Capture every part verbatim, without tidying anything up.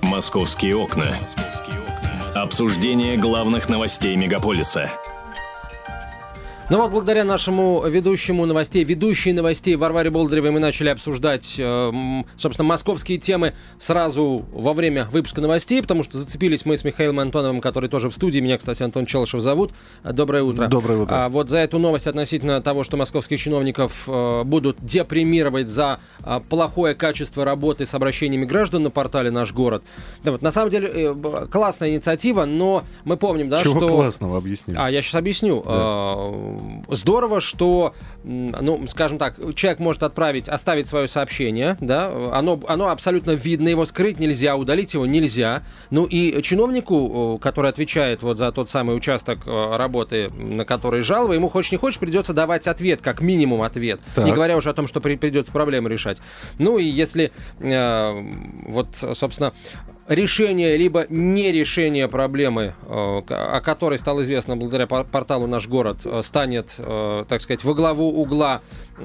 «Московские окна». Обсуждение главных новостей мегаполиса. Ну вот, благодаря нашему ведущему новостей, ведущей новостей Варваре Болдыревой мы начали обсуждать, э, собственно, московские темы сразу во время выпуска новостей, потому что зацепились мы с Михаилом Антоновым, который тоже в студии. Меня, кстати, Антон Челышев зовут. Доброе утро. Доброе утро. А вот за эту новость относительно того, что московских чиновников э, будут депримировать за э, плохое качество работы с обращениями граждан на портале «Наш город». Да, вот, на самом деле, э, классная инициатива, но мы помним, да, Чего что... Чего классного, объясни. А, я сейчас объясню. Да. Здорово, что, ну, скажем так, человек может отправить, оставить свое сообщение, да, оно, оно абсолютно видно, его скрыть нельзя, удалить его нельзя. Ну и чиновнику, который отвечает вот за тот самый участок работы, на который жалоба, ему хочешь не хочешь, придется давать ответ, как минимум ответ, так. Не говоря уже о том, что придется проблему решать. Ну и если, э, вот, собственно, решение либо нерешение проблемы, о которой стало известно благодаря порталу «Наш город», станет, так сказать, во главу угла,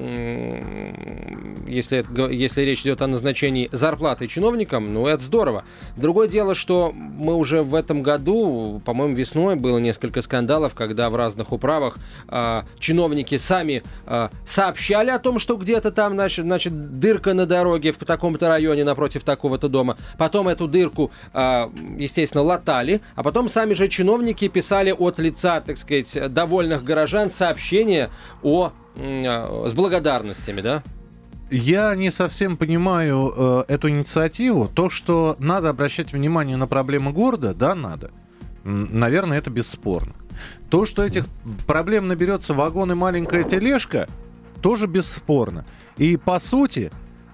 если, если речь идет о назначении зарплаты чиновникам, ну, это здорово. Другое дело, что мы уже в этом году, по-моему, весной было несколько скандалов, когда в разных управах э, чиновники сами э, сообщали о том, что где-то там, значит, значит, дырка на дороге в таком-то районе напротив такого-то дома. Потом эту дырку, э, естественно, латали, а потом сами же чиновники писали от лица, так сказать, довольных горожан сообщения о с благодарностями, да? Я не совсем понимаю э, эту инициативу. То, что надо обращать внимание на проблемы города, да, надо. Наверное, это бесспорно. То, что этих проблем наберется вагон и маленькая тележка, тоже бесспорно. И, по сути,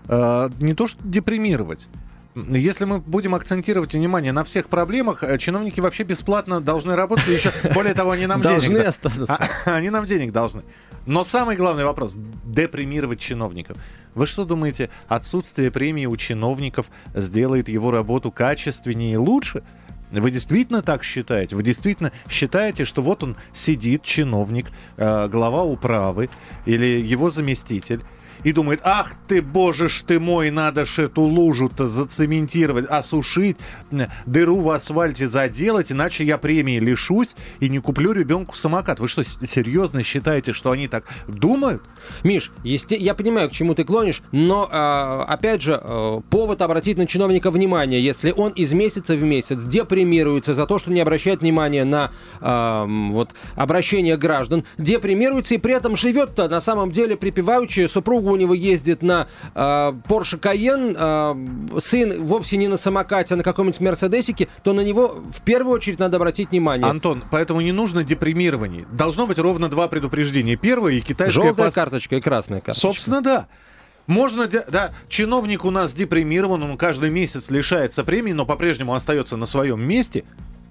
э, не то что депримировать. Если мы будем акцентировать внимание на всех проблемах, чиновники вообще бесплатно должны работать. И еще, более того, они нам денег должны останутся. Они нам денег должны. Но самый главный вопрос – депримировать чиновников. Вы что думаете, отсутствие премии у чиновников сделает его работу качественнее и лучше? Вы действительно так считаете? Вы действительно считаете, что вот он сидит, чиновник, э, глава управы или его заместитель, и думает: ах ты, боже ж ты мой, надо ж эту лужу-то зацементировать, осушить, дыру в асфальте заделать, иначе я премии лишусь и не куплю ребенку самокат. Вы что, серьезно считаете, что они так думают? Миш, есте... я понимаю, к чему ты клонишь, но, э, опять же, э, повод обратить на чиновника внимание, если он из месяца в месяц депримируется за то, что не обращает внимания на э, вот, обращение граждан, депримируется и при этом живет-то на самом деле припеваючи, супругу у него ездит на э, Porsche Cayenne, э, сын вовсе не на самокате, а на каком-нибудь Мерседесике, то на него в первую очередь надо обратить внимание. Антон, поэтому не нужно депримирование. Должно быть ровно два предупреждения. Первое и китайская... Желтая пас... карточка и красная карточка. Собственно, да. Можно, да, чиновник у нас депримирован, он каждый месяц лишается премии, но по-прежнему остается на своем месте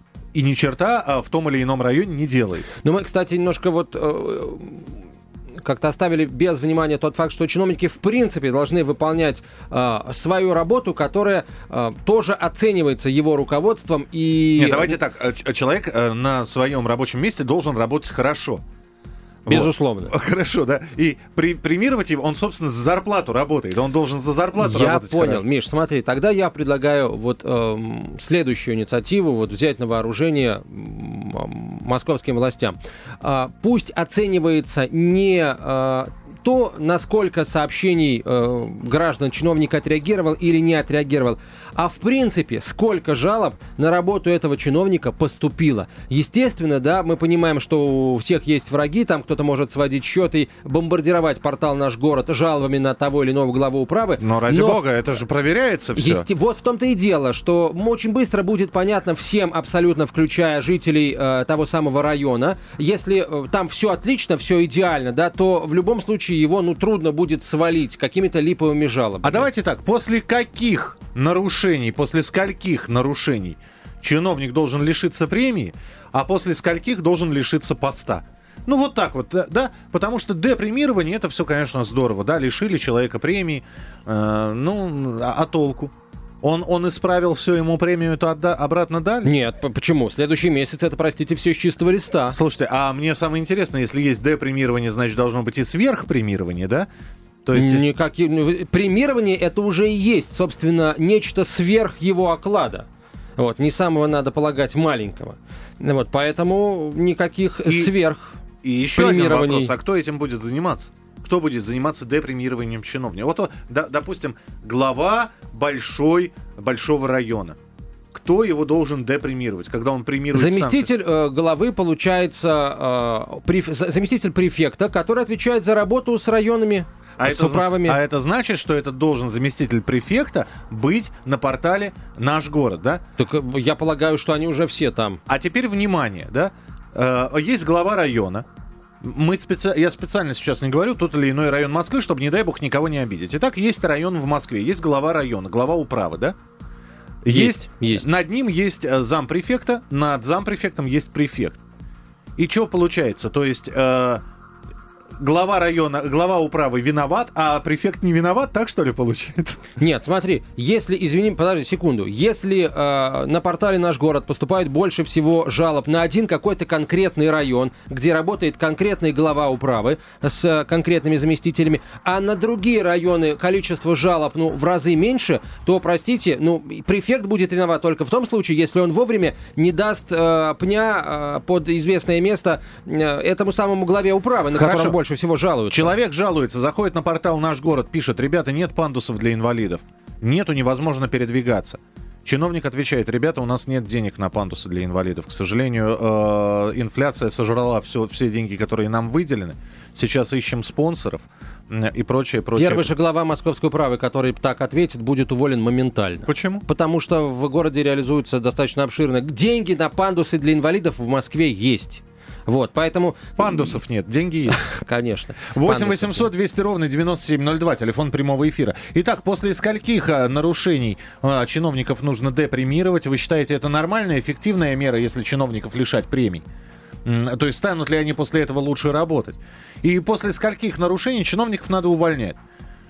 и ни черта а в том или ином районе не делается. Ну, мы, кстати, немножко вот... Э- как-то оставили без внимания тот факт, что чиновники в принципе должны выполнять э, свою работу, которая э, тоже оценивается его руководством. И... Нет, давайте так, человек э, на своем рабочем месте должен работать хорошо. Безусловно. Вот. Хорошо, да. И при, премировать его, он, собственно, за зарплату работает. Он должен за зарплату я работать. Я понял, хорошо. Миш, смотри, тогда я предлагаю вот э, следующую инициативу вот взять на вооружение э, московским властям. Э, пусть оценивается не э, то, насколько сообщений э, граждан чиновник отреагировал или не отреагировал, а в принципе, сколько жалоб на работу этого чиновника поступило. Естественно, да, мы понимаем, что у всех есть враги, там кто-то может сводить счет и бомбардировать портал «Наш город» жалобами на того или иного главу управы. Но ради но... бога, это же проверяется все. Есте... Вот в том-то и дело, что очень быстро будет понятно всем абсолютно, включая жителей э, того самого района. Если э, там все отлично, все идеально, да, то в любом случае его, ну, трудно будет свалить какими-то липовыми жалобами. А давайте так, после каких нарушений, после скольких нарушений чиновник должен лишиться премии, а после скольких должен лишиться поста? Ну, вот так вот, да, потому что депримирование, это все, конечно, здорово, да, лишили человека премии, э, ну, а, а толку? Он, он исправил все, ему премию эту отда- обратно дали? Нет, почему? Следующий месяц это, простите, все с чистого листа. Слушайте, а мне самое интересное, если есть депримирование, значит, должно быть и сверхпремирование, да? То есть... Никакие... Премирование — это уже и есть, собственно, нечто сверх его оклада. Вот, не самого, надо полагать, маленького. Вот, поэтому никаких и, сверх И еще один вопрос, а кто этим будет заниматься? Кто будет заниматься депремированием чиновников? Вот, да, допустим, глава большой, большого района. Кто его должен депремировать, когда он премирует заместитель э, главы, получается, э, преф... заместитель префекта, который отвечает за работу с районами, а с это, управами. А это значит, что этот должен заместитель префекта быть на портале «Наш город», да? Так я полагаю, что они уже все там. А теперь внимание, да? Э, есть глава района. Мы специ... Я специально сейчас не говорю тот или иной район Москвы, чтобы, не дай бог, никого не обидеть. Итак, есть район в Москве, есть глава района, глава управы, да? Есть, есть. Над ним есть зампрефекта, над зампрефектом есть префект. И что получается? То есть э, глава района, глава управы виноват, а префект не виноват, так что ли получается? Нет, смотри, если, извини, подожди секунду, если э, на портале «Наш город» поступает больше всего жалоб на один какой-то конкретный район, где работает конкретный глава управы с э, конкретными заместителями, а на другие районы количество жалоб, ну, в разы меньше, то, простите, ну, префект будет виноват только в том случае, если он вовремя не даст э, пня э, под известное место э, этому самому главе управы, на котором больше всего жалуются. Человек жалуется, заходит на портал «Наш город», пишет: ребята, нет пандусов для инвалидов. Нету, невозможно передвигаться. Чиновник отвечает: ребята, у нас нет денег на пандусы для инвалидов. К сожалению, э, инфляция сожрала все, все деньги, которые нам выделены. Сейчас ищем спонсоров и прочее, прочее. Первый же глава Московской управы, который так ответит, будет уволен моментально. Почему? Потому что в городе реализуются достаточно обширно. Деньги на пандусы для инвалидов в Москве есть. Вот, поэтому... Пандусов нет, деньги есть. Конечно. восемь восемьсот двести ровно девяносто семь ноль два, телефон прямого эфира. Итак, после скольких а, нарушений а, чиновников нужно депремировать? Вы считаете, это нормальная, эффективная мера, если чиновников лишать премий? М, то есть станут ли они после этого лучше работать? И после скольких нарушений чиновников надо увольнять?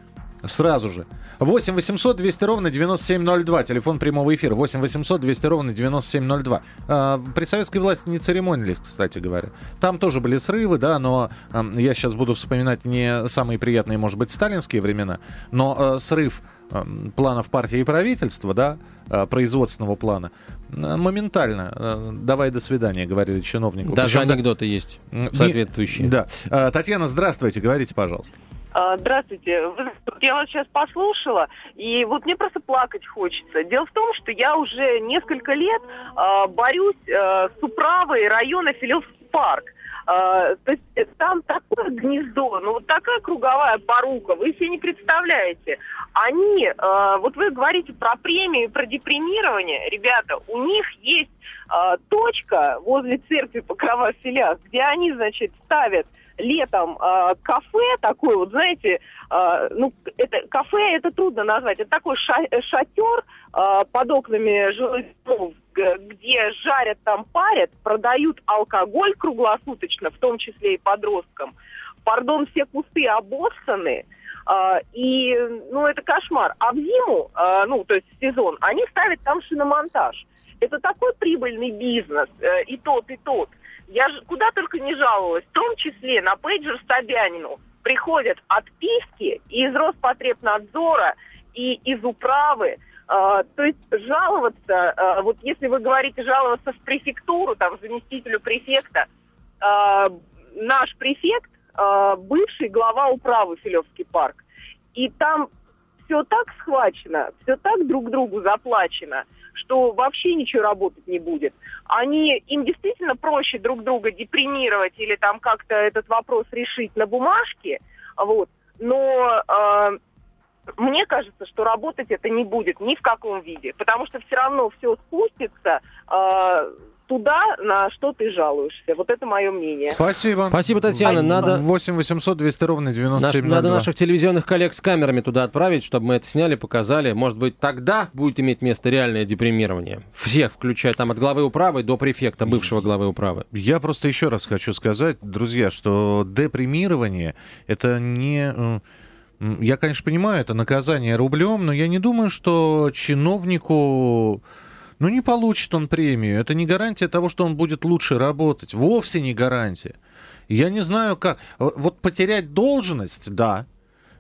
Сразу же. восемь восемьсот двести ровно девяносто семь ноль два. Телефон прямого эфира. восемь восемьсот двести ровно девяносто семь ноль два. А, при советской власти не церемонились, кстати говоря. Там тоже были срывы, да, но а, я сейчас буду вспоминать не самые приятные, может быть, сталинские времена, но а, срыв а, планов партии и правительства, да, а, производственного плана, а, моментально. А, давай, до свидания, говорили чиновнику. Даже Причем, анекдоты да, есть соответствующие. Да. А, Татьяна, здравствуйте, говорите, пожалуйста. Здравствуйте. Я вас сейчас послушала, и вот мне просто плакать хочется. Дело в том, что я уже несколько лет э, борюсь э, с управой района Филевский парк. Э, то есть там такое гнездо, ну вот такая круговая порука, вы себе не представляете. Они, э, вот вы говорите про премию, про депремирование, ребята, у них есть э, точка возле церкви Покрова в Филях, где они, значит, ставят летом э, кафе такой, вот знаете, э, ну, это кафе, это трудно назвать, это такой ша- шатер э, под окнами жилых домов, где жарят там, парят, продают алкоголь круглосуточно, в том числе и подросткам. Пардон, все кусты обоссаны, э, и, ну, это кошмар. А в зиму, э, ну, то есть в сезон, они ставят там шиномонтаж. Это такой прибыльный бизнес, э, и тот, и тот. Я же куда только не жаловалась, в том числе на пейджер Собянину приходят отписки и из Роспотребнадзора, и из управы. Э, то есть жаловаться, э, вот если вы говорите жаловаться в префектуру, там, заместителю префекта, э, наш префект, э, бывший глава управы Филевский парк, и там все так схвачено, все так друг другу заплачено, что вообще ничего работать не будет. Они, им действительно проще друг друга депримировать или там как-то этот вопрос решить на бумажке, вот. Но э, мне кажется, что работать это не будет ни в каком виде, потому что все равно все спустится э, туда, на что ты жалуешься. Вот это мое мнение. Спасибо. Спасибо, Татьяна. Спасибо. Надо... восемь восемьсот двести ровно девяносто семь ноль два. Надо наших телевизионных коллег с камерами туда отправить, чтобы мы это сняли, показали. Может быть, тогда будет иметь место реальное депримирование. Всех, включая там от главы управы до префекта, бывшего главы управы. Я просто еще раз хочу сказать, друзья, что депримирование — это не... Я, конечно, понимаю, это наказание рублем, но я не думаю, что чиновнику... Ну, не получит он премию. Это не гарантия того, что он будет лучше работать. Вовсе не гарантия. Я не знаю, как. Вот потерять должность, да.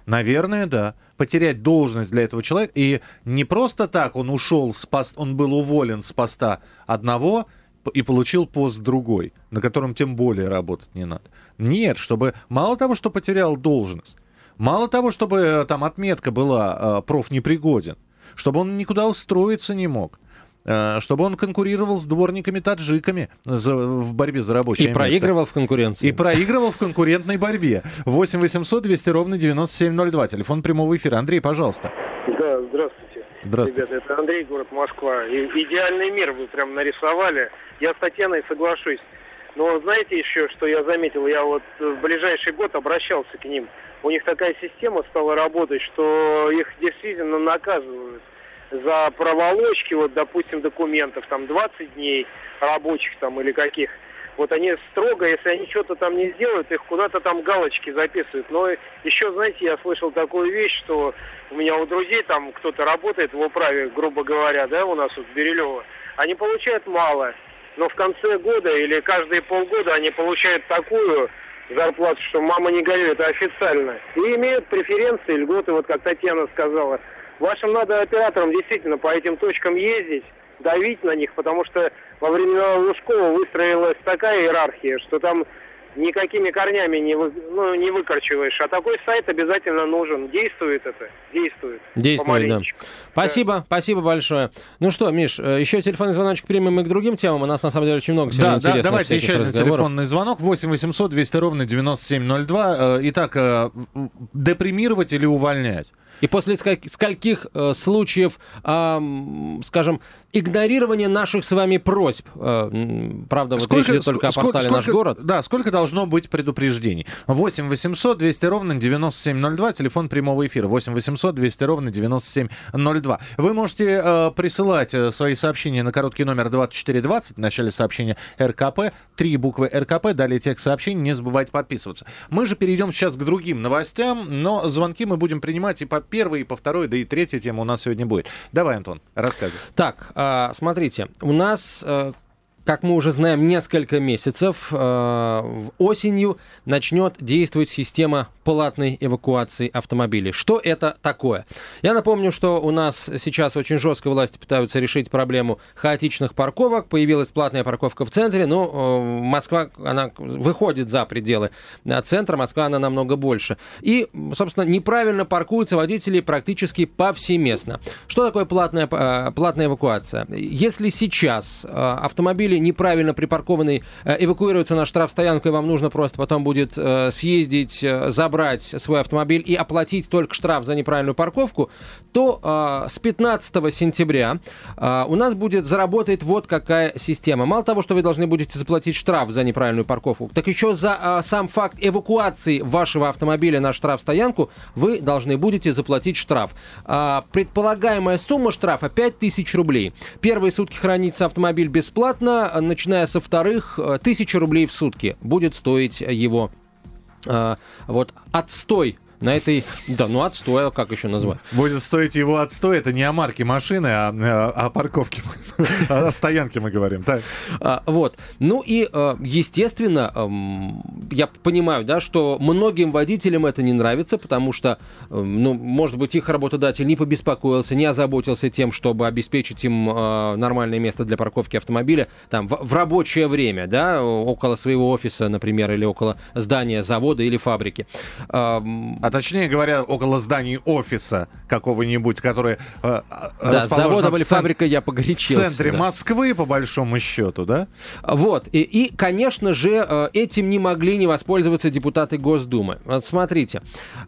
Наверное, да. Потерять должность для этого человека. И не просто так он ушел с поста, он был уволен с поста одного и получил пост другой, на котором тем более работать не надо. Нет, чтобы мало того, что потерял должность, мало того, чтобы там отметка была профнепригоден, чтобы он никуда устроиться не мог, чтобы он конкурировал с дворниками-таджиками за, в борьбе за рабочее место. И место. проигрывал в конкуренции. И проигрывал в конкурентной борьбе. восемь восемьсот двести ровно девяносто семь ноль два. Телефон прямого эфира. Андрей, пожалуйста. Да, здравствуйте. Здравствуйте. Ребята, это Андрей, город Москва. И, идеальный мир вы прям нарисовали. Я с Татьяной соглашусь. Но знаете еще, что я заметил? Я вот в ближайший год обращался к ним. У них такая система стала работать, что их действительно наказывают за проволочки, вот, допустим, документов, там, двадцать дней рабочих, там, или каких. Вот они строго, если они что-то там не сделают, их куда-то там галочки записывают. Но еще, знаете, я слышал такую вещь, что у меня у друзей там кто-то работает в управе, грубо говоря, да, у нас вот в Бирюлево. Они получают мало, но в конце года или каждые полгода они получают такую зарплату, что мама не горюй, это официально. И имеют преференции, льготы, вот как Татьяна сказала. Вашим надо операторам действительно по этим точкам ездить, давить на них, потому что во времена Лужкова выстроилась такая иерархия, что там никакими корнями не, вы, ну, не выкорчиваешь. А такой сайт обязательно нужен. Действует это? Действует. Действует, да. Спасибо, да. Спасибо большое. Ну что, Миш, еще телефонный звоночек примем и к другим темам. У нас, на самом деле, очень много сегодня да, интересных да, давайте еще один телефонный звонок. восемь восемьсот двести ровно девяносто семь ноль два. Итак, депримировать или увольнять? И после скольких э, случаев, э, скажем, игнорирования наших с вами просьб, э, правда, вот сколько, речь идет только сколько, о портале сколько, «Наш город». Да, сколько должно быть предупреждений? восемь восемьсот двести ровно девяносто семь ноль два, телефон прямого эфира. восемь восемьсот двести ровно девяносто семь ноль два. Вы можете э, присылать свои сообщения на короткий номер двадцать четыре двадцать, в начале сообщения РКП, три буквы РКП, далее текст сообщений, не забывайте подписываться. Мы же перейдем сейчас к другим новостям, но звонки мы будем принимать и по первой, и по второй, да и третья тема у нас сегодня будет. Давай, Антон, рассказывай. Так, э, смотрите, у нас... Э, как мы уже знаем, несколько месяцев э, осенью начнет действовать система платной эвакуации автомобилей. Что это такое? Я напомню, что у нас сейчас очень жестко власти пытаются решить проблему хаотичных парковок. Появилась платная парковка в центре, но э, Москва, она выходит за пределы центра, Москва, она намного больше. И, собственно, неправильно паркуются водители практически повсеместно. Что такое платная, э, платная эвакуация? Если сейчас э, автомобили неправильно припаркованный эвакуируется на штрафстоянку, и вам нужно просто потом будет э, съездить, э, забрать свой автомобиль и оплатить только штраф за неправильную парковку, то э, с пятнадцатого сентября э, у нас будет заработать вот какая система. Мало того, что вы должны будете заплатить штраф за неправильную парковку, так еще за э, сам факт эвакуации вашего автомобиля на штрафстоянку вы должны будете заплатить штраф. Э, предполагаемая сумма штрафа пять тысяч рублей. Первые сутки хранится автомобиль бесплатно, начиная со вторых, тысяча рублей в сутки будет стоить его э, вот отстой на этой... Да, ну отстой, а как еще назвать? Будет стоить его отстой, это не о марке машины, а о парковке, о стоянке мы говорим. Так. А, вот. Ну и, естественно, я понимаю, да, что многим водителям это не нравится, потому что, ну, может быть, их работодатель не побеспокоился, не озаботился тем, чтобы обеспечить им нормальное место для парковки автомобиля там, в, в рабочее время, да, около своего офиса, например, или около здания завода или фабрики. А точнее говоря, около зданий офиса какого-нибудь, которое э, да, завода или цен... фабрика, я погорячился. В центре да. Москвы, по большому счету, да? Вот. И, и, конечно же, этим не могли не воспользоваться депутаты Госдумы. Вот смотрите.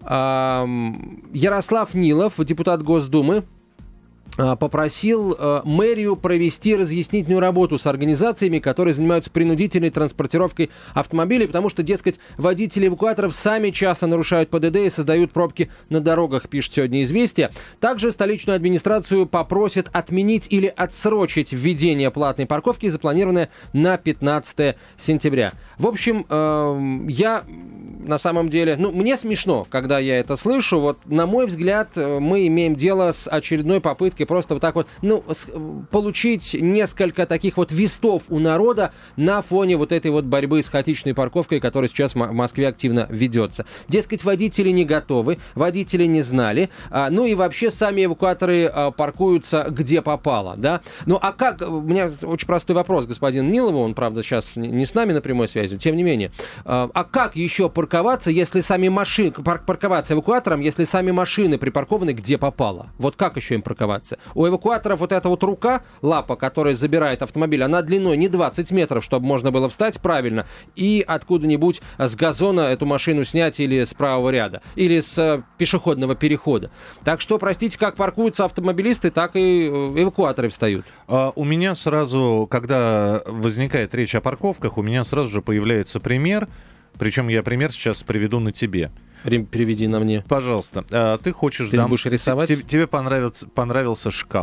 Ярослав Нилов, депутат Госдумы, попросил э, мэрию провести разъяснительную работу с организациями, которые занимаются принудительной транспортировкой автомобилей, потому что, дескать, водители эвакуаторов сами часто нарушают ПДД и создают пробки на дорогах, пишет сегодня «Известия». Также столичную администрацию попросят отменить или отсрочить введение платной парковки, запланированное на пятнадцатое сентября. В общем, э, я на самом деле, ну, мне смешно, когда я это слышу. Вот, на мой взгляд, мы имеем дело с очередной попыткой просто вот так вот, ну, с, получить несколько таких вот вестов у народа на фоне вот этой вот борьбы с хаотичной парковкой, которая сейчас в Москве активно ведется. Дескать, водители не готовы, водители не знали, а, ну и вообще сами эвакуаторы а, паркуются где попало, да. Ну, а как, у меня очень простой вопрос, господин Нилову, он, правда, сейчас не с нами на прямой связи, тем не менее. А, а как еще парковаться, если сами машины, пар- парковаться эвакуатором, если сами машины припаркованы где попало? Вот как еще им парковаться? У эвакуаторов вот эта вот рука, лапа, которая забирает автомобиль, она длиной не двадцать метров, чтобы можно было встать правильно и откуда-нибудь с газона эту машину снять или с правого ряда, или с э, пешеходного перехода. Так что, простите, как паркуются автомобилисты, так и эвакуаторы встают. А у меня сразу, когда возникает речь о парковках, у меня сразу же появляется пример, причем я пример сейчас приведу на тебе. Переведи на мне. Пожалуйста. А, ты хочешь... Ты дом... будешь рисовать? Т- тебе понравился, понравился шкаф.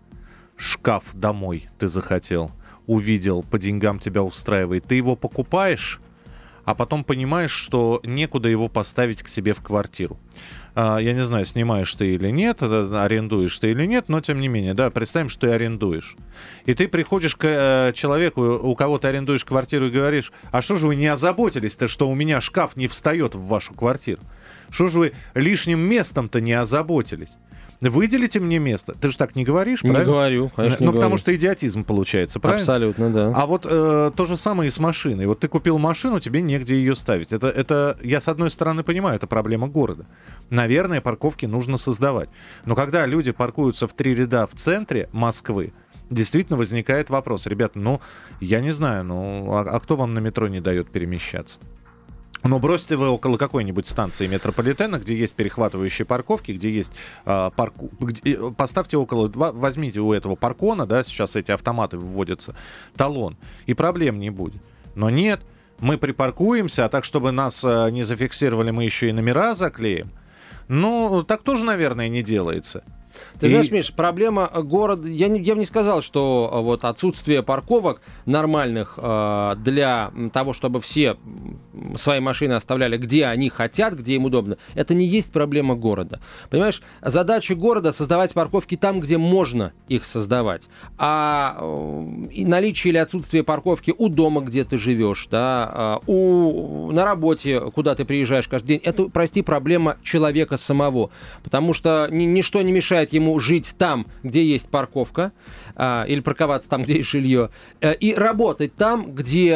Шкаф домой ты захотел. Увидел, по деньгам тебя устраивает. Ты его покупаешь, а потом понимаешь, что некуда его поставить к себе в квартиру. А, я не знаю, снимаешь ты или нет, арендуешь ты или нет, но тем не менее, да, представим, что ты арендуешь. И ты приходишь к э, человеку, у кого ты арендуешь квартиру, и говоришь: а что же вы не озаботились-то, что у меня шкаф не встает в вашу квартиру? Что же вы лишним местом-то не озаботились? Выделите мне место. Ты же так не говоришь, не правильно? Не говорю, конечно, Ну, не потому говорю. что идиотизм получается, правильно? Абсолютно, да. А вот э, то же самое и с машиной. Вот ты купил машину, тебе негде ее ставить. Это, это, я, с одной стороны, понимаю, это проблема города. Наверное, парковки нужно создавать. Но когда люди паркуются в три ряда в центре Москвы, действительно возникает вопрос. Ребята, ну, я не знаю, ну, а, а кто вам на метро не дает перемещаться? Но бросьте вы около какой-нибудь станции метрополитена, где есть перехватывающие парковки, где есть э, парку... где... Поставьте около... Возьмите у этого паркона, да, сейчас эти автоматы вводятся, талон, и проблем не будет. Но нет, мы припаркуемся, а так, чтобы нас э, не зафиксировали, мы еще и номера заклеим. Ну, так тоже, наверное, не делается. Ты И... знаешь, Миш, проблема города... Я, не, я бы не сказал, что вот отсутствие парковок нормальных э, для того, чтобы все свои машины оставляли, где они хотят, где им удобно, это не есть проблема города. Понимаешь, задача города — создавать парковки там, где можно их создавать. А э, наличие или отсутствие парковки у дома, где ты живешь, да, э, у, на работе, куда ты приезжаешь каждый день, это, прости, проблема человека самого. Потому что ни, ничто не мешает ему жить там, где есть парковка, а, или парковаться там, где есть жилье, а, и работать там, где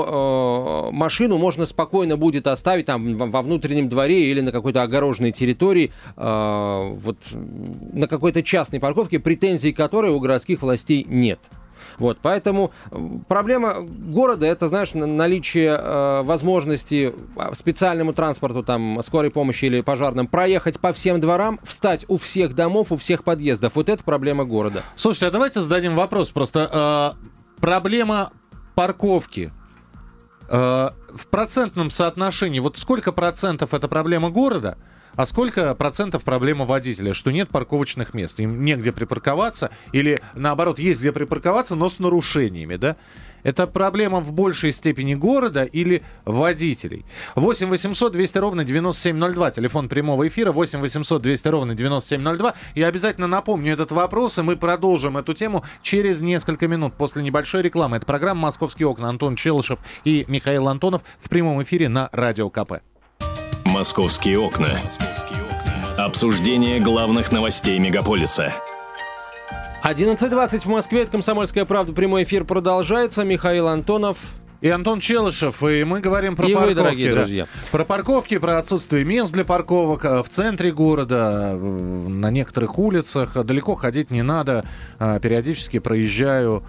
его а, машину можно спокойно будет оставить там во внутреннем дворе или на какой-то огороженной территории, а, вот, на какой-то частной парковке, претензий которой у городских властей нет. Вот, поэтому проблема города — это, знаешь, наличие э, возможности специальному транспорту, там, скорой помощи или пожарным проехать по всем дворам, встать у всех домов, у всех подъездов. Вот это проблема города. Слушайте, а давайте зададим вопрос. Просто э, проблема парковки э, в процентном соотношении. Вот сколько процентов это проблема города, а сколько процентов проблема водителя, что нет парковочных мест, им негде припарковаться, или наоборот, есть где припарковаться, но с нарушениями, да? Это проблема в большей степени города или водителей? восемь восемьсот двести ровно девяносто семь ноль два, телефон прямого эфира, восемь восемьсот двести ровно девяносто семь ноль два. Я обязательно напомню этот вопрос, и мы продолжим эту тему через несколько минут после небольшой рекламы. Это программа «Московские окна». Антон Челышев и Михаил Антонов в прямом эфире на Радио КП. «Московские окна». Обсуждение главных новостей мегаполиса. одиннадцать двадцать в Москве. Это «Комсомольская правда». Прямой эфир продолжается. Михаил Антонов. И Антон Челышев, и мы говорим про и парковки. вы, дорогие да. друзья. Про парковки, про отсутствие мест для парковок в центре города, на некоторых улицах. Далеко ходить не надо. Периодически проезжаю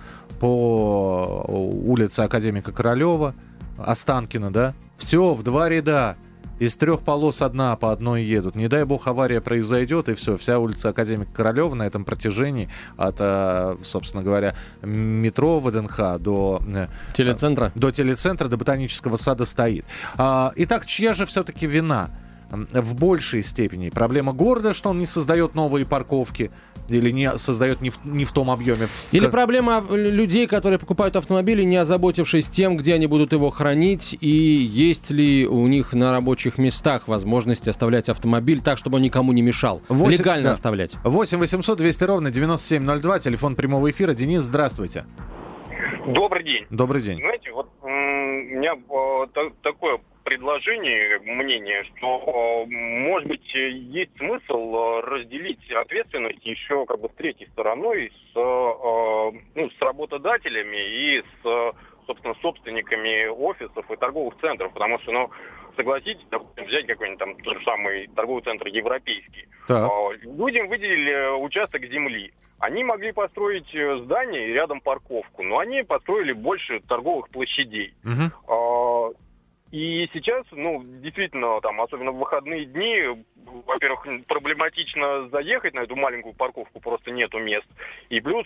по улице Академика Королева, Останкино, да. Все, в два ряда. Из трех полос одна по одной едут. Не дай бог авария произойдет, и все. Вся улица Академика Королева на этом протяжении от, собственно говоря, метро ВДНХ до телецентра, до телецентра, до Ботанического сада стоит. Итак, чья же все-таки вина? в большей степени? Проблема города, что он не создает новые парковки или не создает не в, не в том объеме? Или проблема людей, которые покупают автомобили, не озаботившись тем, где они будут его хранить, и есть ли у них на рабочих местах возможность оставлять автомобиль так, чтобы он никому не мешал. восемь, легально да. оставлять. восемь восемьсот двести ровно девяносто семь ноль два, телефон прямого эфира. Денис, здравствуйте. Добрый день. Добрый день. Знаете, вот у меня э, та- такое предложение, мнение, что, э, может быть, есть смысл э, разделить ответственность еще как бы с третьей стороной, с, э, ну, с работодателями и с, собственно, собственниками офисов и торговых центров, потому что, ну, согласитесь, допустим, взять какой-нибудь там тот же самый торговый центр европейский. Так. Э, людям выделили участок земли. Они могли построить здание и рядом парковку, но они построили больше торговых площадей. Uh-huh. И сейчас, ну, действительно, там, особенно в выходные дни, во-первых, проблематично заехать на эту маленькую парковку, просто нету мест. И плюс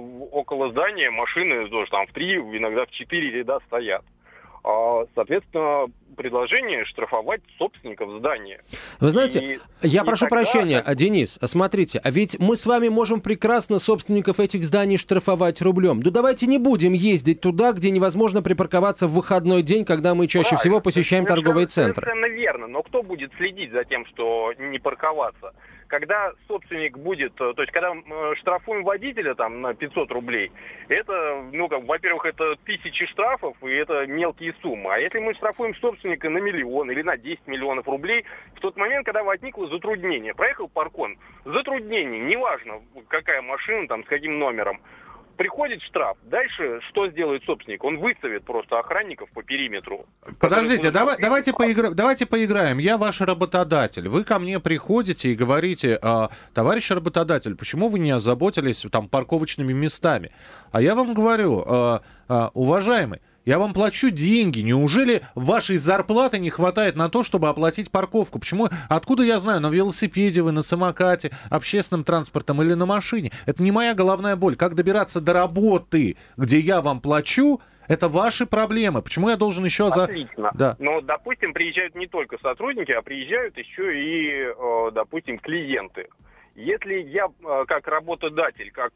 около здания машины тоже там в три, иногда в четыре ряда стоят. Соответственно, предложение штрафовать собственников здания. Вы знаете, и, я и прошу тогда... прощения, Денис, смотрите, а ведь мы с вами можем прекрасно собственников этих зданий штрафовать рублем. Да давайте не будем ездить туда, где невозможно припарковаться в выходной день, когда мы чаще Правильно. всего посещаем совершенно, торговые центры. Совершенно верно, но кто будет следить за тем, что не парковаться? Когда собственник будет, то есть когда мы штрафуем водителя там на пятьсот рублей, это, ну, как, во-первых, это тысячи штрафов, и это мелкие суммы. А если мы штрафуем собственника на миллион или на десять миллионов рублей, в тот момент, когда возникло затруднение, проехал паркон, затруднение, неважно, какая машина, там, с каким номером, приходит штраф. Дальше что сделает собственник? Он выставит просто охранников по периметру. Подождите, давай, давайте, поигра... давайте поиграем. Я ваш работодатель. Вы ко мне приходите и говорите: а, товарищ работодатель, почему вы не озаботились там парковочными местами? А я вам говорю: а, а, уважаемый, я вам плачу деньги. Неужели вашей зарплаты не хватает на то, чтобы оплатить парковку? Почему? Откуда я знаю? На велосипеде вы, на самокате, общественным транспортом или на машине? Это не моя головная боль. Как добираться до работы, где я вам плачу, это ваши проблемы. Почему я должен еще за... Отлично. Да. Но, допустим, приезжают не только сотрудники, а приезжают еще и, допустим, клиенты. Если я как работодатель, как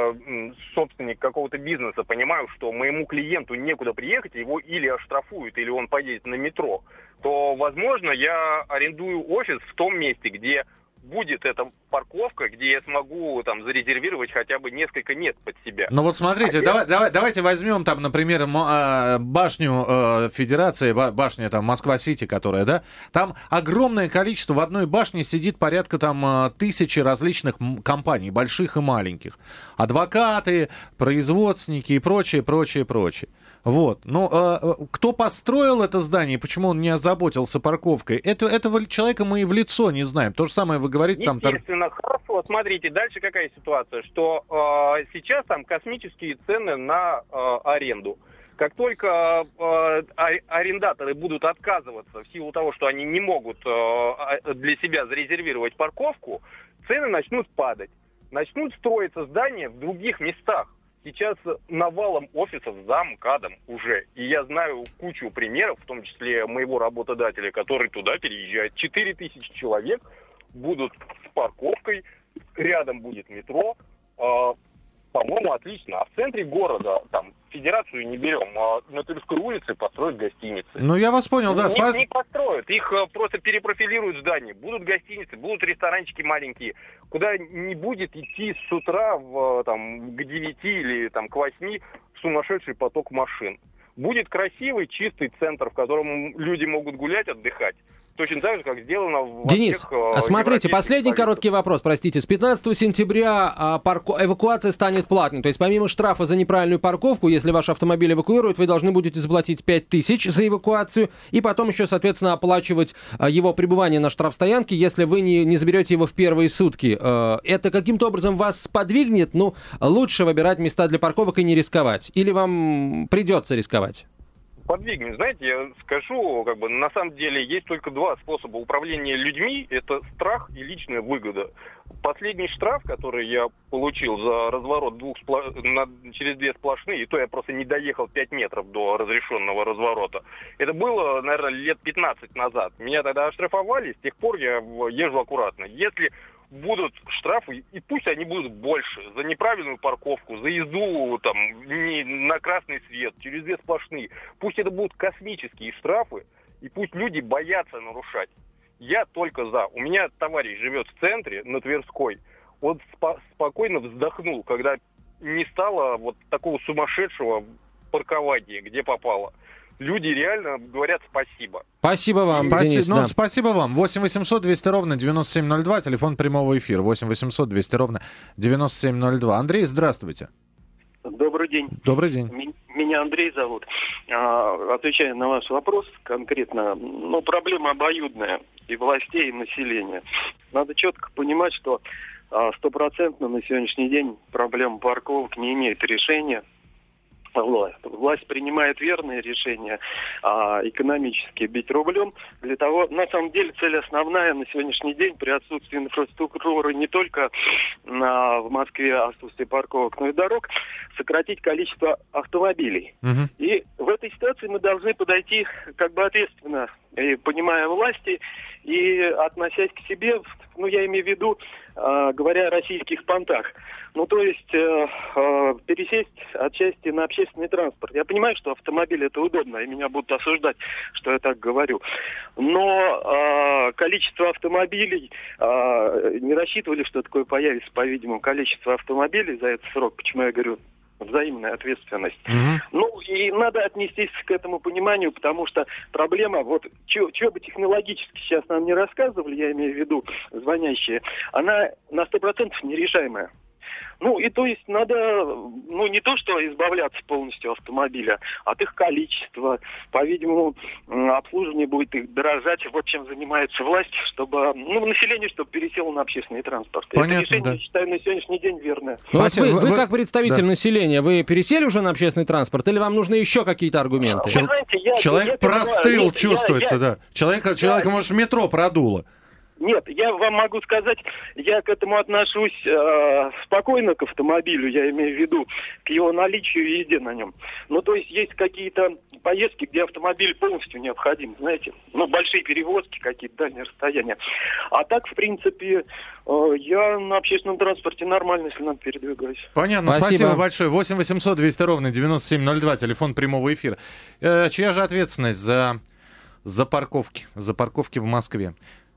собственник какого-то бизнеса понимаю, что моему клиенту некуда приехать, его или оштрафуют, или он поедет на метро, то, возможно, я арендую офис в том месте, где будет эта парковка, где я смогу там зарезервировать хотя бы несколько мест под себя. Ну вот смотрите, а давай, я... давай, давайте возьмем там, например, башню э, Федерации, башня там Москва-Сити, которая, да, там огромное количество, в одной башне сидит порядка там тысячи различных компаний, больших и маленьких. Адвокаты, производственники и прочее, прочее, прочее. Вот. Но э, кто построил это здание, почему он не озаботился парковкой, это, этого человека мы и в лицо не знаем. То же самое вы говорите там... Естественно, хорошо. Смотрите, дальше какая ситуация, что э, сейчас там космические цены на э, аренду. Как только э, арендаторы будут отказываться в силу того, что они не могут э, для себя зарезервировать парковку, цены начнут падать. Начнут строиться здания в других местах. Сейчас навалом офисов за МКАДом уже. И я знаю кучу примеров, в том числе моего работодателя, который туда переезжает. четыре тысячи человек будут с парковкой, рядом будет метро. Э, по-моему, отлично. А в центре города, там, Федерацию не берем, а на Тверской улице построят гостиницы. Ну, я вас понял, да. Не, Спас... не построят, их э, просто перепрофилируют в здании. Будут гостиницы, будут ресторанчики маленькие, куда не будет идти с утра в, там, к девяти или там, к восьми сумасшедший поток машин. Будет красивый, чистый центр, в котором люди могут гулять, отдыхать. Точно так же, как сделано в Денис, всех, э, смотрите, последний столицах. Короткий вопрос, простите. С пятнадцатого сентября а, парко... эвакуация станет платной. То есть помимо штрафа за неправильную парковку, если ваш автомобиль эвакуируют, вы должны будете заплатить пять тысяч за эвакуацию и потом еще, соответственно, оплачивать а, его пребывание на штрафстоянке, если вы не, не заберете его в первые сутки. А, это каким-то образом вас сподвигнет, ну, лучше выбирать места для парковок и не рисковать? Или вам придется рисковать? подвигнем. Знаете, я скажу, как бы, на самом деле есть только два способа управления людьми. Это страх и личная выгода. Последний штраф, который я получил за разворот двух спла... на... через две сплошные, и то я просто не доехал пять метров до разрешенного разворота. Это было, наверное, лет пятнадцать назад. Меня тогда оштрафовали, с тех пор я езжу аккуратно. Если будут штрафы, и пусть они будут больше, за неправильную парковку, за езду там, не на красный свет, через две сплошные. Пусть это будут космические штрафы, и пусть люди боятся нарушать. Я только за. У меня товарищ живет в центре, на Тверской. Он спо- спокойно вздохнул, когда не стало вот такого сумасшедшего паркования, где попало. Люди реально говорят спасибо. Спасибо вам, Спаси... Денис. Ну, Да. спасибо вам. восемь восемьсот двести ровно девяносто семь ноль два, телефон прямого эфира. восемь восемьсот двести ровно девяносто семь ноль два. Андрей, здравствуйте. Добрый день. Добрый день. М- Меня Андрей зовут. А, отвечая на ваш вопрос конкретно, ну, проблема обоюдная и властей, и населения. Надо четко понимать, что а, стопроцентно на сегодняшний день проблема парковок не имеет решения. Власть. Власть принимает верные решения, а, экономически бить рублем. Для того, на самом деле, цель основная на сегодняшний день при отсутствии инфраструктуры не только на, в Москве отсутствие парковок, но и дорог, сократить количество автомобилей. Угу. И в этой ситуации мы должны подойти как бы ответственно, и, понимая власти и относясь к себе, ну, я имею в виду, э, говоря о российских понтах. Ну, то есть э, э, пересесть отчасти на общественный транспорт. Я понимаю, что автомобиль это удобно, и меня будут осуждать, что я так говорю. Но э, количество автомобилей, э, не рассчитывали, что такое появится, по-видимому, количество автомобилей за этот срок. Почему я говорю взаимная ответственность. Угу. Ну, и надо отнестись к этому пониманию, потому что проблема, вот, чего бы технологически сейчас нам не рассказывали, я имею в виду звонящие, она на сто процентов нерешаемая. Ну, и то есть надо, ну, не то, что избавляться полностью автомобиля, от их количества. По-видимому, обслуживание будет их дорожать. Вот чем занимается власть, чтобы, ну, население, чтобы пересело на общественный транспорт. Понятно, это решение, да. я считаю, на сегодняшний день верное. Ну, вот Спасибо. вы, Вы- вы вы- как представитель да. населения, вы пересели уже на общественный транспорт или вам нужны еще какие-то аргументы? Вы знаете, я- Человек я понимаю, простыл, нет, я- чувствуется, я- да. Человека, человека, может, в метро продуло. Нет, я вам могу сказать, я к этому отношусь э, спокойно, к автомобилю, я имею в виду, к его наличию и еде на нем. Ну, то есть есть какие-то поездки, где автомобиль полностью необходим, знаете, ну, большие перевозки, какие-то дальние расстояния. А так, в принципе, э, я на общественном транспорте нормально, если надо, передвигаюсь. Понятно, спасибо, Спасибо. большое. восемь восемьсот двести ровно девяносто семь ноль два, телефон прямого эфира. Э, чья же ответственность за, за парковки, за парковки в Москве,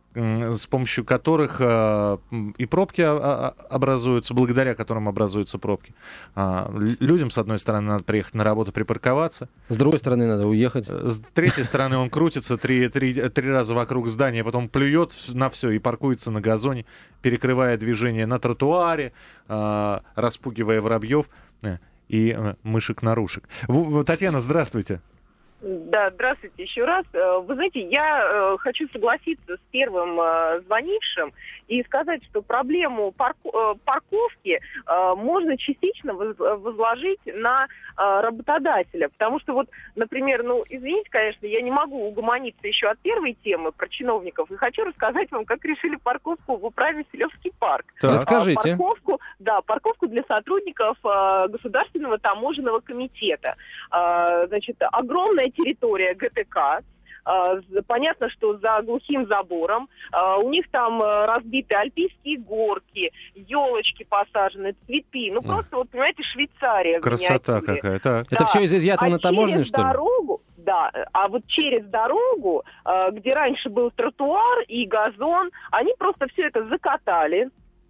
м, с помощью которых э, м, и пробки а, а, образуются, благодаря которым образуются пробки. А, л- людям, с одной стороны, надо приехать на работу, припарковаться. С другой стороны, надо уехать. С третьей стороны, он крутится три, три, три раза вокруг здания, потом плюет на все и паркуется на газоне, перекрывая движение на тротуаре, э, распугивая воробьев э, и э, мышек-нарушек. В- в- Татьяна, здравствуйте. Да, здравствуйте еще раз. Э, Вы знаете, я э, хочу согласиться с первым э, звонившим и сказать, что проблему парку- э, парковки э, можно частично воз- возложить на э, работодателя. Потому что вот, например, ну, извините, конечно, я не могу угомониться еще от первой темы про чиновников и хочу рассказать вам, как решили парковку в управе Селевский парк. Так. Расскажите. А, Парковку, да, парковку для сотрудников а, Государственного таможенного комитета. А, значит, огромная территория ГТК. А, з- понятно, что за глухим забором. А, у них там а, разбиты альпийские горки, елочки посажены, цветы. Ну, М. просто, вот, понимаете, Швейцария в Красота миниатюре. какая. Так. Это Да. все из изъятого А на таможне, через что ли? дорогу, да, а вот через дорогу, э, где раньше был тротуар и газон, они просто все это закатали.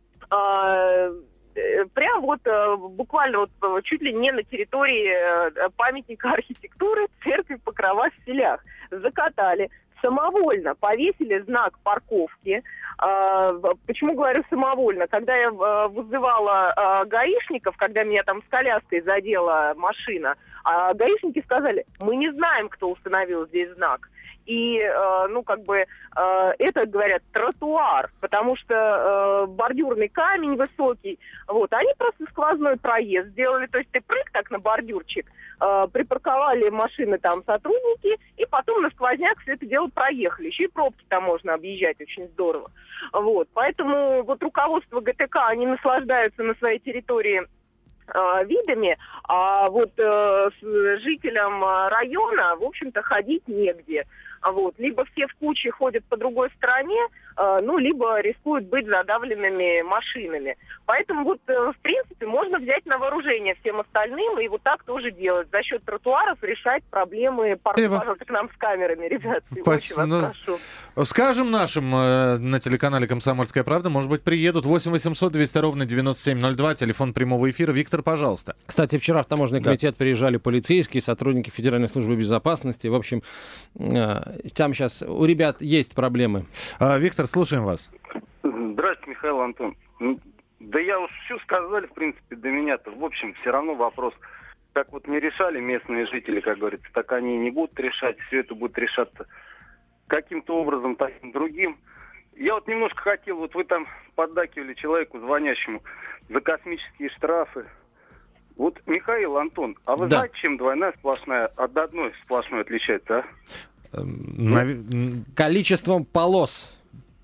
А, э, прям вот э, буквально вот э, чуть ли не на территории э, памятника архитектуры церкви Покрова в Селях. Закатали. Самовольно повесили знак парковки. А, в- почему говорю самовольно? Когда я э, вызывала э, гаишников, когда меня там с коляской задела машина, а гаишники сказали, мы не знаем, кто установил здесь знак. И, э, ну, как бы, э, это, говорят, тротуар, потому что э, бордюрный камень высокий. Вот, они просто сквозной проезд сделали. То есть ты прыг так на бордюрчик, э, припарковали машины там сотрудники, и потом на сквозняк все это дело проехали. Еще и пробки там можно объезжать очень здорово. Вот, поэтому вот руководство ГТК, они наслаждаются на своей территории видами, а вот э, с жителям района, в общем-то, ходить негде. Вот. Либо все в куче ходят по другой стороне, э, ну, либо рискуют быть задавленными машинами. Поэтому вот, э, в принципе, можно взять на вооружение всем остальным и вот так тоже делать. За счет тротуаров решать проблемы. Пожалуйста, к нам с камерами, ребят. Очень вас прошу. Скажем нашим э, на телеканале «Комсомольская правда», может быть, приедут. восемь восемьсот двести ровно девяносто семь ноль два, телефон прямого эфира. Виктор, пожалуйста. Кстати, вчера в таможенный комитет да. приезжали полицейские, сотрудники Федеральной службы безопасности. В общем, э, там сейчас у ребят есть проблемы. А, Виктор, слушаем вас. Здравствуйте, Михаил, Антон. Да я уж все сказали, в принципе, до меня-то. В общем, все равно вопрос, как вот не решали местные жители, как говорится, так они и не будут решать. Все это будет решаться каким-то образом, таким другим. Я вот немножко хотел, вот вы там поддакивали человеку, звонящему, за космические штрафы. Вот, Михаил, Антон, а вы да. знаете, чем двойная сплошная от одной сплошной отличается, а? Нав... Количеством полос.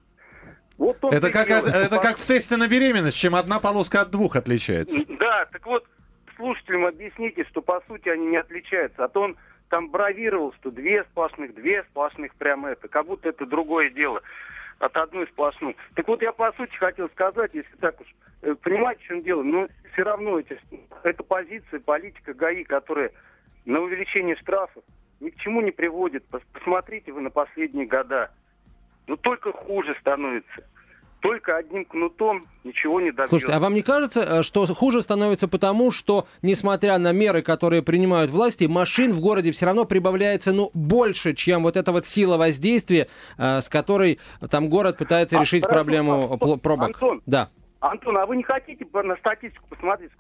Вот это как, делает, это по... как в тесте на беременность, чем одна полоска от двух отличается. Да, так вот, слушателям объясните, что по сути они не отличаются. А то он там бравировал, что две сплошных, две сплошных, прямо это, как будто это другое дело. От одной сплошной. Так вот, я по сути хотел сказать, если так уж понимаете, в чем дело, но все равно эти, эта позиция, политика ГАИ, которая на увеличение штрафов ни к чему не приводит. Посмотрите вы на последние года. Ну, только хуже становится. Только одним кнутом ничего не добьется. Слушайте, а вам не кажется, что хуже становится потому, что, несмотря на меры, которые принимают власти, машин в городе все равно прибавляется, ну, больше, чем вот эта вот сила воздействия, с которой там город пытается а, решить хорошо, проблему Антон, пробок? Антон, да. Антон, а вы не хотите на статистику посмотреть?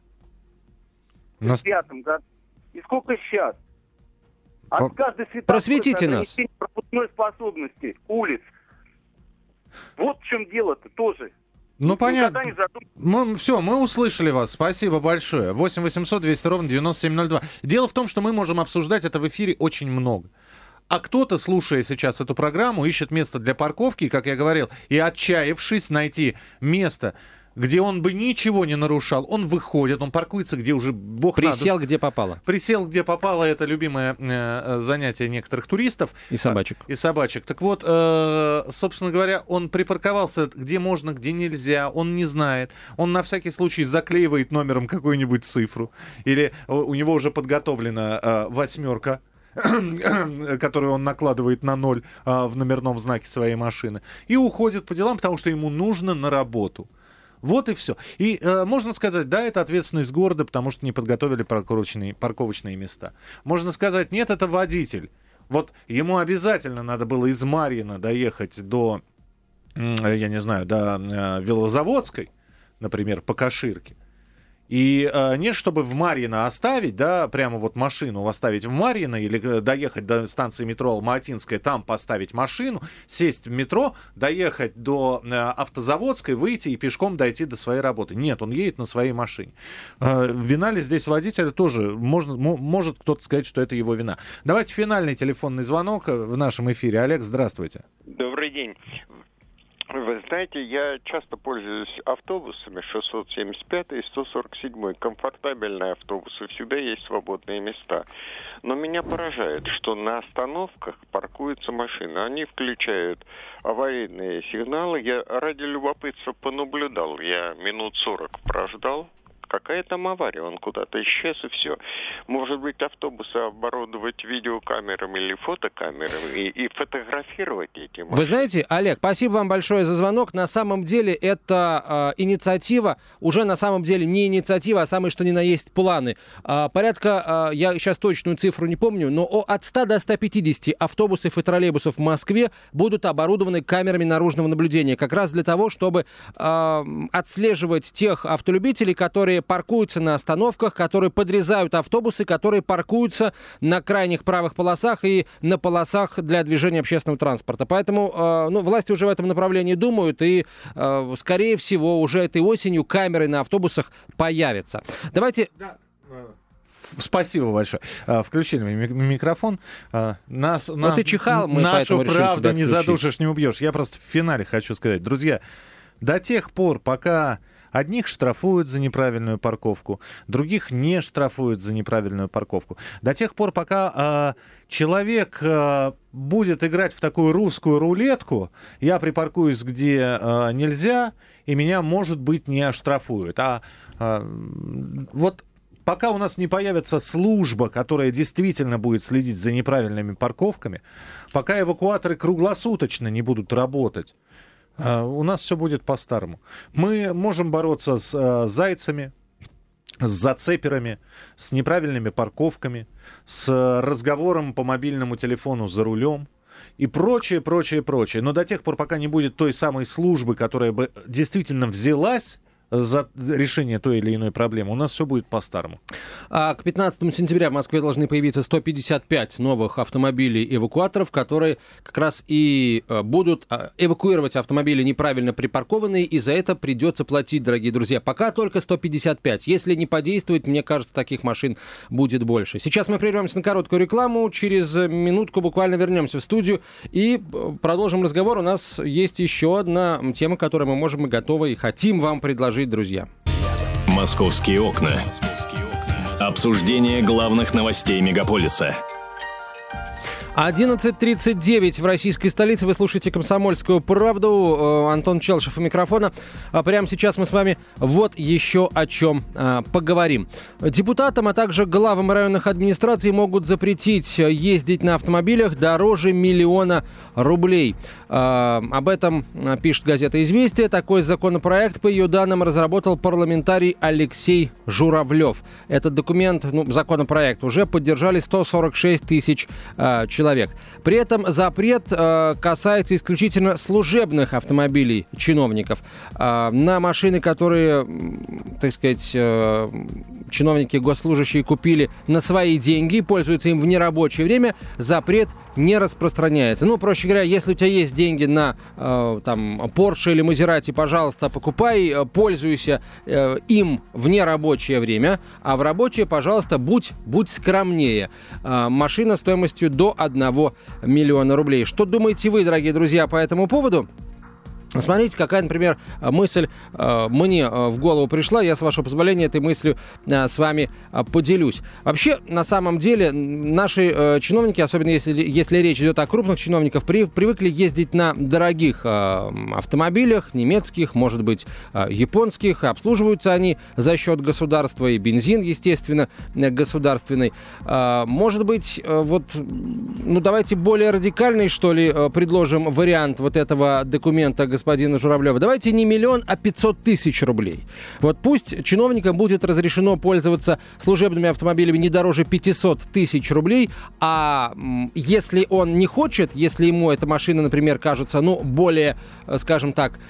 В пятом году. И сколько сейчас? От каждой светофорной Просветите нас. пропускной способности улиц. Вот в чем дело-то тоже. Ну, понятно. Мы, все, мы услышали вас. Спасибо большое. восемь восемьсот двести ровно девяносто семь ноль два. Дело в том, что мы можем обсуждать это в эфире очень много. А кто-то, слушая сейчас эту программу, ищет место для парковки, как я говорил, и отчаявшись найти место, где он бы ничего не нарушал, он выходит, он паркуется, где уже бог Присел, надо. где попало. Присел, где попало. Это любимое э, занятие некоторых туристов. И собачек. И собачек. Так вот, э, собственно говоря, он припарковался где можно, где нельзя. Он не знает. Он на всякий случай заклеивает номером какую-нибудь цифру. Или у него уже подготовлена э, восьмерка, которую он накладывает на ноль э, в номерном знаке своей машины. И уходит по делам, потому что ему нужно на работу. Вот и все. И э, можно сказать, да, это ответственность города, потому что не подготовили парковочные, парковочные места. Можно сказать, нет, это водитель. Вот ему обязательно надо было из Марьино доехать до, э, я не знаю, до э, Велозаводской, например, по Каширке. И э, нет, чтобы в Марьино оставить, да, прямо вот машину оставить в Марьино или доехать до станции метро Алма-Атинская, там поставить машину, сесть в метро, доехать до э, Автозаводской, выйти и пешком дойти до своей работы. Нет, он едет на своей машине. Э, вина ли здесь водителя тоже? Можно, м- может кто-то сказать, что это его вина. Давайте финальный телефонный звонок в нашем эфире. Олег, здравствуйте. Добрый день. Вы знаете, я часто пользуюсь автобусами шестьсот семьдесят пятый и сто сорок седьмой. Комфортабельные автобусы, всегда есть свободные места. Но меня поражает, что на остановках паркуются машины. Они включают аварийные сигналы. Я ради любопытства понаблюдал. Я минут сорок прождал. Какая там авария? Он куда-то исчез, и все. Может быть, автобусы оборудовать видеокамерами или фотокамерами и, и фотографировать эти машины? Вы знаете, Олег, спасибо вам большое за звонок. На самом деле, это э, инициатива, уже на самом деле не инициатива, а самое что ни на есть планы. Э, порядка, э, я сейчас точную цифру не помню, но от ста до ста пятидесяти автобусов и троллейбусов в Москве будут оборудованы камерами наружного наблюдения. Как раз для того, чтобы э, отслеживать тех автолюбителей, которые которые паркуются на остановках, которые подрезают автобусы, которые паркуются на крайних правых полосах и на полосах для движения общественного транспорта. Поэтому э, ну, власти уже в этом направлении думают, и, э, скорее всего, уже этой осенью камеры на автобусах появятся. Давайте... Спасибо большое. Включили микрофон. Нас, ну, на, ты чихал, мы нашу правду не отключить. задушишь, не убьешь. Я просто в финале хочу сказать. Друзья, до тех пор, пока одних штрафуют за неправильную парковку, других не штрафуют за неправильную парковку, до тех пор, пока э, человек э, будет играть в такую русскую рулетку, я припаркуюсь где э, нельзя, и меня, может быть, не оштрафуют. А э, вот пока у нас не появится служба, которая действительно будет следить за неправильными парковками, пока эвакуаторы круглосуточно не будут работать, у нас все будет по-старому. Мы можем бороться с зайцами, с зацеперами, с неправильными парковками, с разговором по мобильному телефону за рулем и прочее, прочее, прочее. Но до тех пор, пока не будет той самой службы, которая бы действительно взялась за решение той или иной проблемы, у нас все будет по-старому. А к пятнадцатому сентября в Москве должны появиться сто пятьдесят пять новых автомобилей-эвакуаторов, которые как раз и будут эвакуировать автомобили неправильно припаркованные, и за это придется платить, дорогие друзья. Пока только сто пятьдесят пять. Если не подействует, мне кажется, таких машин будет больше. Сейчас мы прервемся на короткую рекламу. Через минутку буквально вернемся в студию и продолжим разговор. У нас есть еще одна тема, которую мы можем и готовы, и хотим вам предложить, друзья. «Московские окна». Обсуждение главных новостей мегаполиса. одиннадцать тридцать девять в российской столице. Вы слушаете «Комсомольскую правду». Антон Челшев у микрофона. Прямо сейчас мы с вами вот еще о чем а, поговорим. Депутатам, а также главам районных администраций могут запретить ездить на автомобилях дороже миллиона рублей. А, об этом пишет газета «Известия». Такой законопроект, по ее данным, разработал парламентарий Алексей Журавлев. Этот документ, ну, законопроект уже поддержали сто сорок шесть тысяч а, человек. Человек. При этом запрет э, касается исключительно служебных автомобилей чиновников. Э, на машины, которые, так сказать, э, чиновники, госслужащие купили на свои деньги и пользуются им в нерабочее время, запрет не распространяется. Ну, проще говоря, если у тебя есть деньги на э, там, Porsche или Maserati, пожалуйста, покупай, пользуйся э, им в нерабочее время, а в рабочее, пожалуйста, будь, будь скромнее. Э, машина стоимостью до одного миллиона рублей. Что думаете вы, дорогие друзья, по этому поводу? Смотрите, какая, например, мысль э, мне э, в голову пришла. Я, с вашего позволения, этой мыслью э, с вами э, поделюсь. Вообще, на самом деле, наши э, чиновники, особенно если, если речь идет о крупных чиновниках, при, привыкли ездить на дорогих э, автомобилях, немецких, может быть, э, японских. Обслуживаются они за счет государства, и бензин, естественно, государственный. Э, может быть, э, вот, ну, давайте более радикальный, что ли, э, предложим вариант вот этого документа господина Журавлева. Давайте не миллион, а пятьсот тысяч рублей. Вот пусть чиновникам будет разрешено пользоваться служебными автомобилями не дороже пятьсот тысяч рублей, а если он не хочет, если ему эта машина, например, кажется, ну, более, скажем так,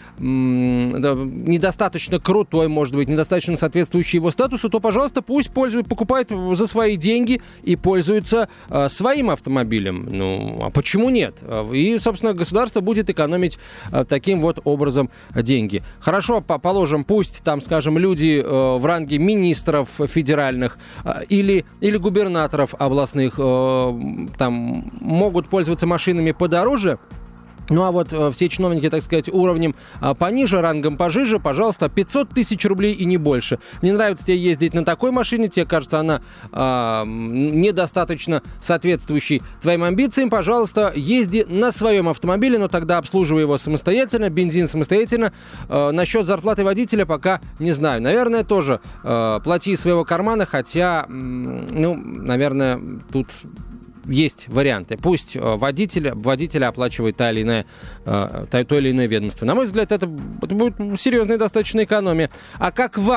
недостаточно крутой, может быть, недостаточно соответствующей его статусу, то, пожалуйста, пусть пользует, покупает за свои деньги и пользуется э, своим автомобилем. Ну, а почему нет? И, собственно, государство будет экономить э, таким вот образом деньги. Хорошо, положим, пусть там, скажем, люди э, в ранге министров федеральных э, или, или губернаторов областных э, там могут пользоваться машинами подороже. Ну, а вот э, все чиновники, так сказать, уровнем э, пониже, рангом пожиже, пожалуйста, пятьсот тысяч рублей и не больше. Не нравится тебе ездить на такой машине, тебе кажется она э, недостаточно соответствующей твоим амбициям, пожалуйста, езди на своем автомобиле, но тогда обслуживай его самостоятельно, бензин самостоятельно. Э, насчет зарплаты водителя пока не знаю. Наверное, тоже э, плати из своего кармана, хотя, э, ну, наверное, тут... есть варианты. Пусть водитель, водителя оплачивает та или иная, то, то или иное ведомство. На мой взгляд, это, это будет серьезная достаточно экономия. А как вам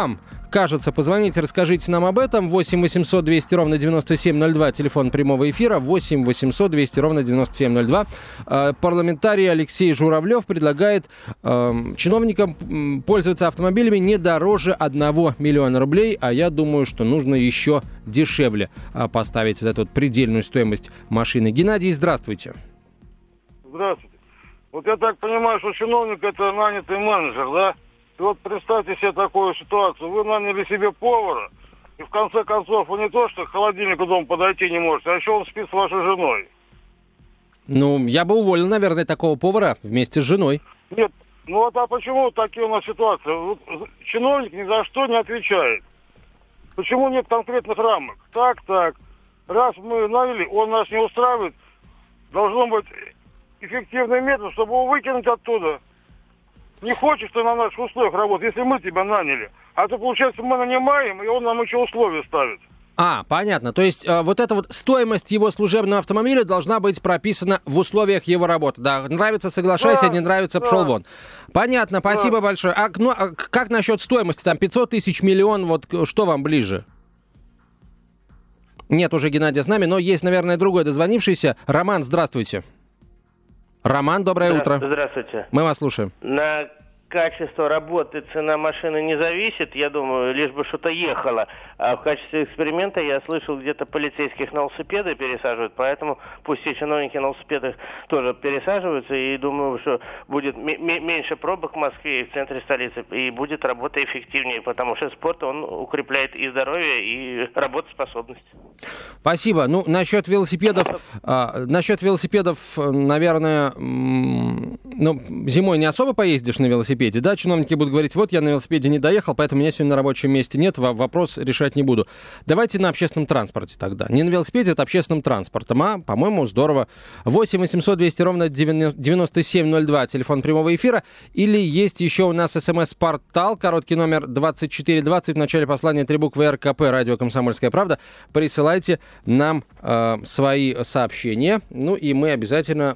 кажется. Позвоните, расскажите нам об этом. восемь восемьсот двести ровно девяносто семь ноль два, телефон прямого эфира. восемь восемьсот двести ровно девяносто семь ноль два. Парламентарий Алексей Журавлев предлагает э, чиновникам пользоваться автомобилями не дороже одного миллиона рублей, а я думаю, что нужно еще дешевле э, поставить вот эту вот предельную стоимость машины. Геннадий, здравствуйте. Здравствуйте. Вот я так понимаю, что чиновник — это нанятый менеджер, да? И вот представьте себе такую ситуацию. Вы наняли себе повара, и в конце концов вы не то, что к холодильнику дома подойти не можете, а еще он спит с вашей женой. Ну, я бы уволил, наверное, такого повара вместе с женой. Нет, ну вот а почему такие у нас ситуации? Вот чиновник ни за что не отвечает. Почему нет конкретных рамок? Так, так. Раз мы наняли, он нас не устраивает, должно быть эффективный метод, чтобы его выкинуть оттуда. Не хочешь ты на наших условиях работать, если мы тебя наняли. А то, получается, мы нанимаем, и он нам еще условия ставит. А, понятно. То есть э, вот эта вот стоимость его служебного автомобиля должна быть прописана в условиях его работы. Да, нравится — соглашайся, да, не нравится — да. Пшел вон. Понятно, спасибо да. большое. А, ну, а как насчет стоимости? Там пятьсот тысяч, миллион, вот что вам ближе? Нет уже Геннадия с нами, но есть, наверное, другой дозвонившийся. Роман, здравствуйте. Роман, доброе утро. Здравствуйте. Мы вас слушаем. На качество работы цена машины не зависит, я думаю, лишь бы что-то ехало. А в качестве эксперимента я слышал, где-то полицейских на велосипеды пересаживают, поэтому пусть все чиновники на велосипедах тоже пересаживаются, и думаю, что будет м- м- меньше пробок в Москве и в центре столицы, и будет работа эффективнее, потому что спорт, он укрепляет и здоровье, и работоспособность. Спасибо. Ну, насчет велосипедов, а, насчет велосипедов, наверное, м- ну, зимой не особо поездишь на велосипеде. Да, чиновники будут говорить: вот я на велосипеде не доехал, поэтому меня сегодня на рабочем месте нет, вопрос решать не буду. Давайте на общественном транспорте тогда. Не на велосипеде, а общественным транспортом, а, по-моему, здорово. восемь восемьсот двести ровно девяносто семь ноль два, телефон прямого эфира. Или есть еще у нас смс-портал, короткий номер двадцать четыре двадцать, в начале послания три буквы эр ка пэ, радио «Комсомольская правда». Присылайте нам э, свои сообщения, ну и мы обязательно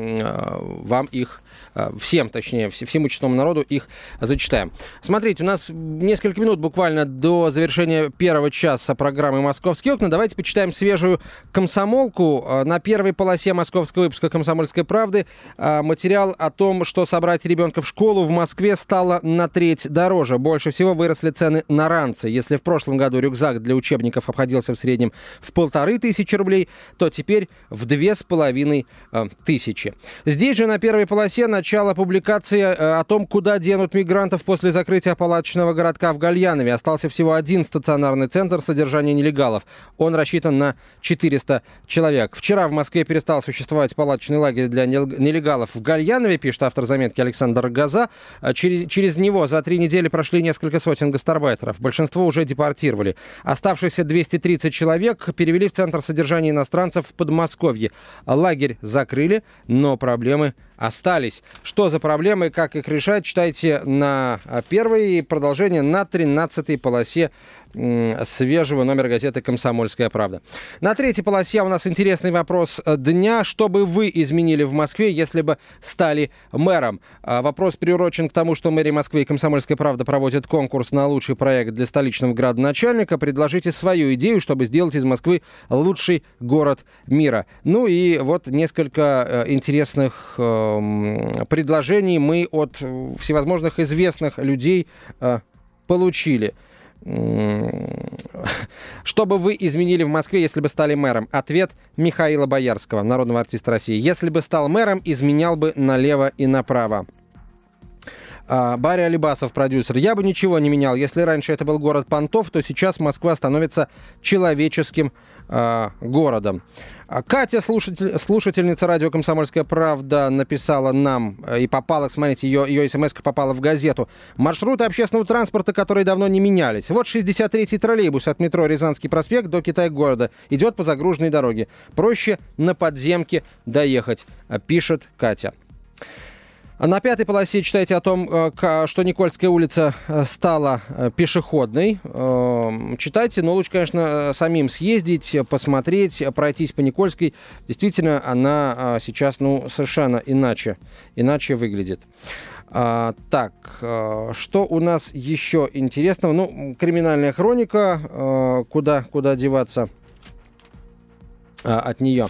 э, вам их, э, всем, точнее, всему честному народу их зачитаем. Смотрите, у нас несколько минут буквально до завершения первого часа программы «Московские окна». Давайте почитаем свежую комсомолку. На первой полосе московского выпуска «Комсомольской правды» материал о том, что собрать ребенка в школу в Москве стало на треть дороже. Больше всего выросли цены на ранцы. Если в прошлом году рюкзак для учебников обходился в среднем в полторы тысячи рублей, то теперь в две с половиной тысячи. Здесь же на первой полосе начало публикации о том, куда денут мигрантов после закрытия палаточного городка в Гальянове. Остался всего один стационарный центр содержания нелегалов. Он рассчитан на четыреста человек. Вчера в Москве перестал существовать палаточный лагерь для нелегалов в Гальянове, пишет автор заметки Александр Газа. Через, через него за три недели прошли несколько сотен гастарбайтеров. Большинство уже депортировали. Оставшихся двести тридцать человек перевели в Центр содержания иностранцев в Подмосковье. Лагерь закрыли, но проблемы остались. Что за проблемы, как их решать, читайте на первой, продолжение на тринадцатой полосе свежего номера газеты «Комсомольская правда». На третьей полосе у нас интересный вопрос дня. Что бы вы изменили в Москве, если бы стали мэром? Вопрос приурочен к тому, что мэрия Москвы и «Комсомольская правда» проводят конкурс на лучший проект для столичного градоначальника. Предложите свою идею, чтобы сделать из Москвы лучший город мира. Ну и вот несколько интересных э, предложений мы от всевозможных известных людей э, получили. Что бы вы изменили в Москве, если бы стали мэром? Ответ Михаила Боярского, народного артиста России. Если бы стал мэром, изменял бы налево и направо. А, Барри Алибасов, продюсер. Я бы ничего не менял. Если раньше это был город понтов, то сейчас Москва становится человеческим а, городом. Катя, слушатель, слушательница радио «Комсомольская правда», написала нам и попала, смотрите, ее, ее смс-ка попала в газету. Маршруты общественного транспорта, которые давно не менялись. Вот шестьдесят третий троллейбус от метро Рязанский проспект до Китай-города. Идет по загруженной дороге. Проще на подземке доехать, пишет Катя. На пятой полосе читайте о том, что Никольская улица стала пешеходной. Читайте, но лучше, конечно, самим съездить, посмотреть, пройтись по Никольской. Действительно, она сейчас ну, совершенно иначе, иначе выглядит. А, так, а, что у нас еще интересного? Ну, криминальная хроника, а, куда, куда деваться а, от нее?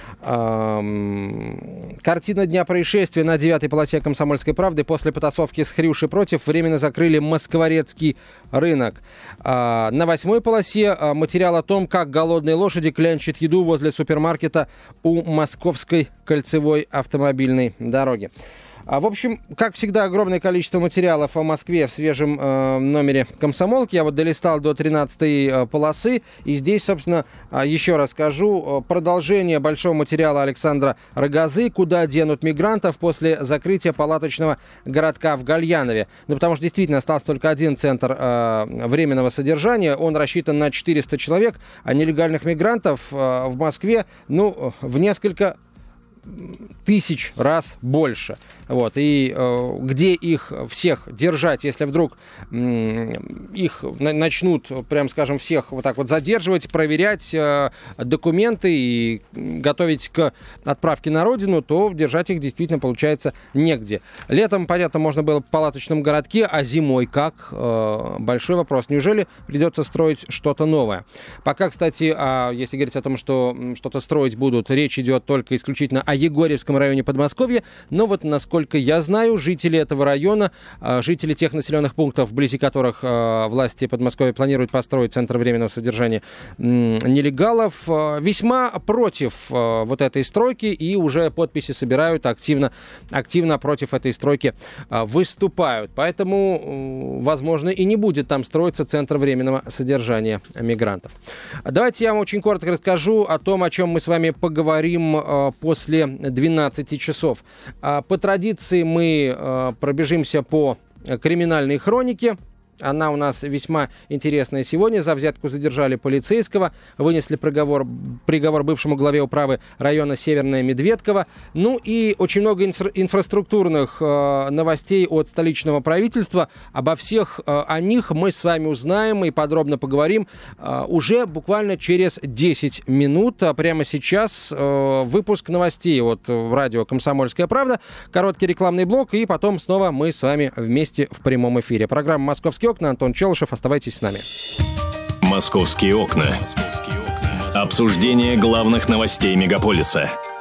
Картина дня происшествия на девятой полосе «Комсомольской правды». После потасовки с Хрюшей против временно закрыли Москворецкий рынок. На восьмой полосе материал о том, как голодные лошади клянчат еду возле супермаркета у Московской кольцевой автомобильной дороги. А, в общем, как всегда, огромное количество материалов о Москве в свежем э, номере «Комсомолки». Я вот долистал до тринадцатой э, полосы. И здесь, собственно, э, еще раз скажу, э, продолжение большого материала Александра Рогозы «Куда денут мигрантов после закрытия палаточного городка в Гальянове». Ну, потому что действительно остался только один центр э, временного содержания. Он рассчитан на четыреста человек, а нелегальных мигрантов э, в Москве, ну, в несколько тысяч раз больше. Вот. И э, где их всех держать, если вдруг э, их на- начнут, прям скажем, всех вот так вот задерживать, проверять э, документы и готовить к отправке на родину, то держать их действительно получается негде. Летом, понятно, можно было в палаточном городке, а зимой как? Э, большой вопрос. Неужели придется строить что-то новое? Пока, кстати, а, если говорить о том, что что-то строить будут, речь идет только исключительно о Егорьевском районе Подмосковья, но вот насколько Насколько я знаю, жители этого района, жители тех населенных пунктов, вблизи которых власти Подмосковья планируют построить центр временного содержания нелегалов, весьма против вот этой стройки и уже подписи собирают, активно, активно против этой стройки выступают. Поэтому, возможно, и не будет там строиться центр временного содержания мигрантов. Давайте я вам очень коротко расскажу о том, о чем мы с вами поговорим после двенадцати часов. По традиции мы э, пробежимся по криминальной хронике. Она у нас весьма интересная сегодня. За взятку задержали полицейского, вынесли приговор, приговор бывшему главе управы района Северная Медведково. Ну и очень много инфра- инфраструктурных э, новостей от столичного правительства. Обо всех э, о них мы с вами узнаем и подробно поговорим э, уже буквально через десять минут. А прямо сейчас э, выпуск новостей от радио «Комсомольская правда», короткий рекламный блок, и потом снова мы с вами вместе в прямом эфире. Программа «Московские окна». Антон Челышев. Оставайтесь с нами. «Московские окна». Обсуждение главных новостей мегаполиса.